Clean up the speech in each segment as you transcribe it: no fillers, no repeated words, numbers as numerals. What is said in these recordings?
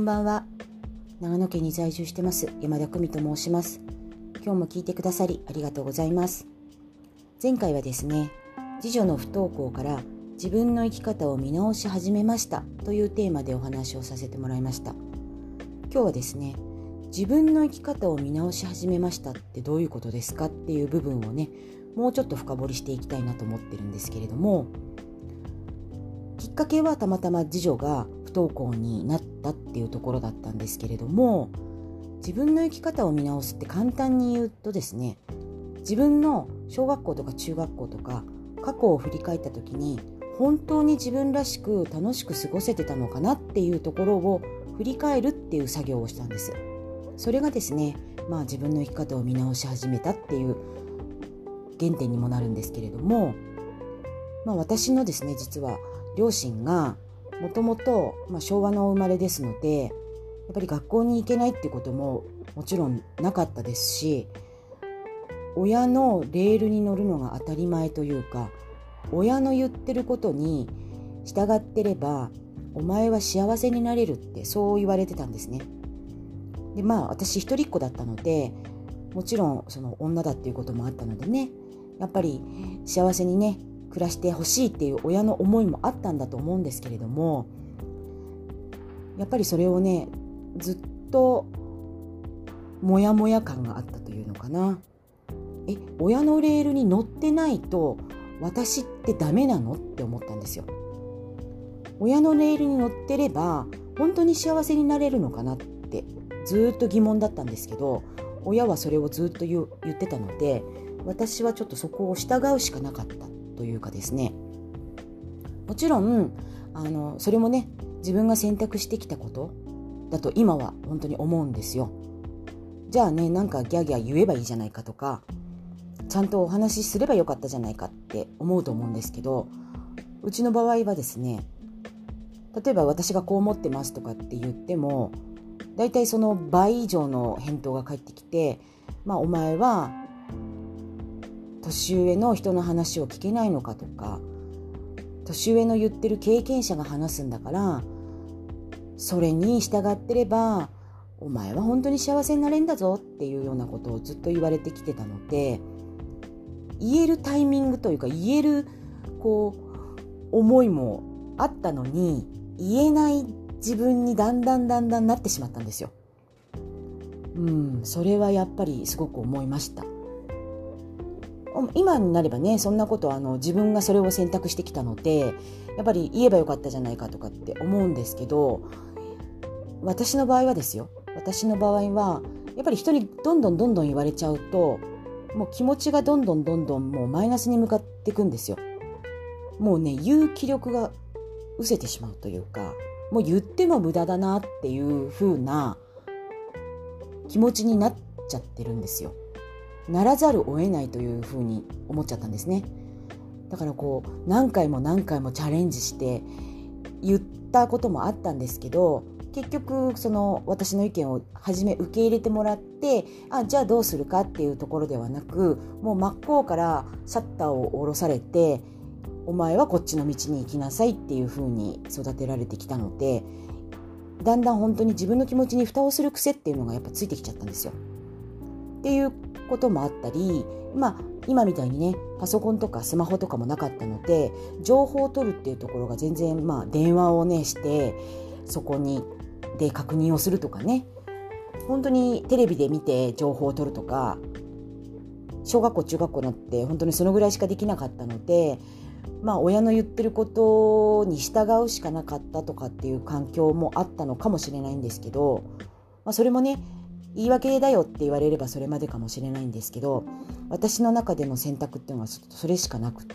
んばんは。長野県に在住してます山田久美と申します。今日も聞いてくださりありがとうございます。前回はですね、次女の不登校から自分の生き方を見直し始めましたというテーマでお話をさせてもらいました。今日はですね、自分の生き方を見直し始めましたってどういうことですかっていう部分をね、もうちょっと深掘りしていきたいなと思ってるんですけれども、きっかけはたまたま次女が不登校になったっていうところだったんですけれども、自分の生き方を見直すって簡単に言うとですね、自分の小学校とか中学校とか過去を振り返った時に本当に自分らしく楽しく過ごせてたのかなっていうところを振り返るっていう作業をしたんです。それがですね、自分の生き方を見直し始めたっていう原点にもなるんですけれども、私のですね、実は両親がもともと昭和の生まれですので、やっぱり学校に行けないってことももちろんなかったですし、親のレールに乗るのが当たり前というか、親の言ってることに従ってればお前は幸せになれるってそう言われてたんですね。で私一人っ子だったので、もちろんその女だっていうこともあったのでね、やっぱり幸せにね暮らしてほしいっていう親の思いもあったんだと思うんですけれども、やっぱりそれをねずっとモヤモヤ感があったというのかな。親のレールに乗ってないと私ってダメなのって思ったんですよ。親のレールに乗ってれば本当に幸せになれるのかなってずっと疑問だったんですけど、親はそれをずっと言ってたので、私はちょっとそこを従うしかなかったというかですね、もちろんそれもね自分が選択してきたことだと今は本当に思うんですよ。じゃあね、なんかギャーギャー言えばいいじゃないかとか、ちゃんとお話しすればよかったじゃないかって思うと思うんですけど、うちの場合はですね、例えば私がこう思ってますとかって言っても、だいたいその倍以上の返答が返ってきて、お前は年上の人の話を聞けないのかとか、年上の言ってる経験者が話すんだからそれに従ってればお前は本当に幸せになれんだぞっていうようなことをずっと言われてきてたので、言えるタイミングというか言える思いもあったのに、言えない自分にだんだんなってしまったんですよ。それはやっぱりすごく思いました。今になればね、そんなことは自分がそれを選択してきたので、やっぱり言えばよかったじゃないかとかって思うんですけど、私の場合はやっぱり人にどんどん言われちゃうと、もう気持ちがどんどんもうマイナスに向かっていくんですよ。もうね、言う気力が失せてしまうというか、もう言っても無駄だなっていう風な気持ちになっちゃってるんですよ。ならざるを得ないという風に思っちゃったんですね。だから何回もチャレンジして言ったこともあったんですけど、結局その私の意見を初め受け入れてもらって、じゃあどうするかっていうところではなく、もう真っ向からシャッターを下ろされて、お前はこっちの道に行きなさいっていう風に育てられてきたので、だんだん本当に自分の気持ちに蓋をする癖っていうのがやっぱついてきちゃったんですよ。っていうこともあったり、今みたいにねパソコンとかスマホとかもなかったので、情報を取るっていうところが全然電話をねしてそこにで確認をするとかね、本当にテレビで見て情報を取るとか、小学校中学校になって本当にそのぐらいしかできなかったので、親の言ってることに従うしかなかったとかっていう環境もあったのかもしれないんですけど、それもね言い訳だよって言われればそれまでかもしれないんですけど、私の中での選択っていうのはそれしかなくって、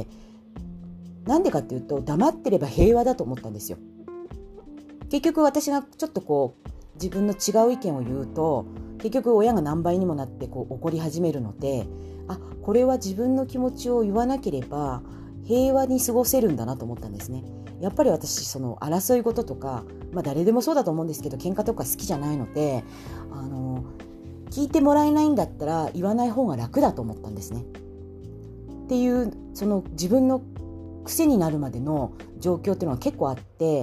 なんでかっていうと、黙ってれば平和だと思ったんですよ。結局私がちょっと自分の違う意見を言うと、結局親が何倍にもなって怒り始めるので、これは自分の気持ちを言わなければ平和に過ごせるんだなと思ったんですね。やっぱり私その争い事とか、誰でもそうだと思うんですけど、喧嘩とか好きじゃないので、聞いてもらえないんだったら言わない方が楽だと思ったんですね。っていうその自分の癖になるまでの状況っていうのは結構あって、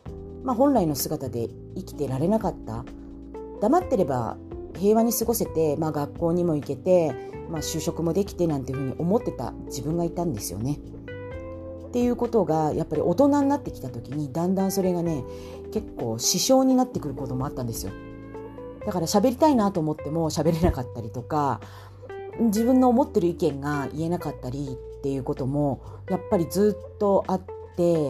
本来の姿で生きてられなかった。黙ってれば平和に過ごせて、学校にも行けて、就職もできてなんていうふうに思ってた自分がいたんですよね。っていうことがやっぱり大人になってきた時にだんだんそれがね、結構支障になってくることもあったんですよ。だから喋りたいなと思っても喋れなかったりとか、自分の思ってる意見が言えなかったりっていうこともやっぱりずっとあって、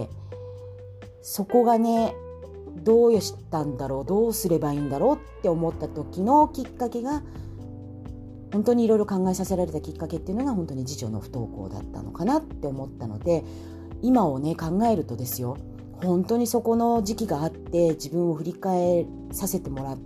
そこがね、どうしたんだろう、どうすればいいんだろうって思った時のきっかけが、本当にいろいろ考えさせられたきっかけっていうのが本当に次女の不登校だったのかなって思ったので、今をね考えるとですよ、本当にそこの時期があって自分を振り返させてもらって、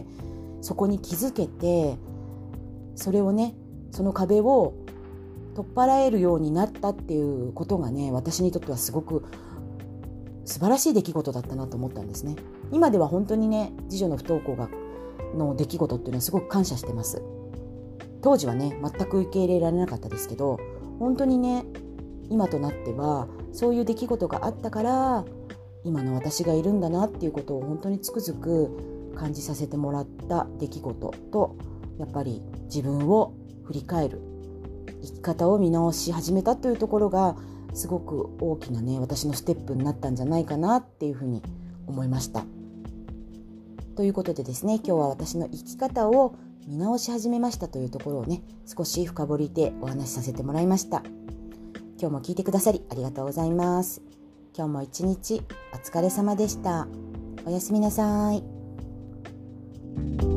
そこに気づけて、それをね、その壁を取っ払えるようになったっていうことがね、私にとってはすごく素晴らしい出来事だったなと思ったんですね。今では本当にね、次女の不登校の出来事っていうのはすごく感謝してます。当時はね全く受け入れられなかったですけど、本当にね、今となってはそういう出来事があったから今の私がいるんだなっていうことを本当につくづく感じさせてもらった出来事と、やっぱり自分を振り返る、生き方を見直し始めたというところがすごく大きなね、私のステップになったんじゃないかなっていうふうに思いました。ということでですね、今日は私の生き方を見直し始めましたというところをね、少し深掘りでお話しさせてもらいました。今日も聞いてくださりありがとうございます。今日も一日お疲れ様でした。おやすみなさい。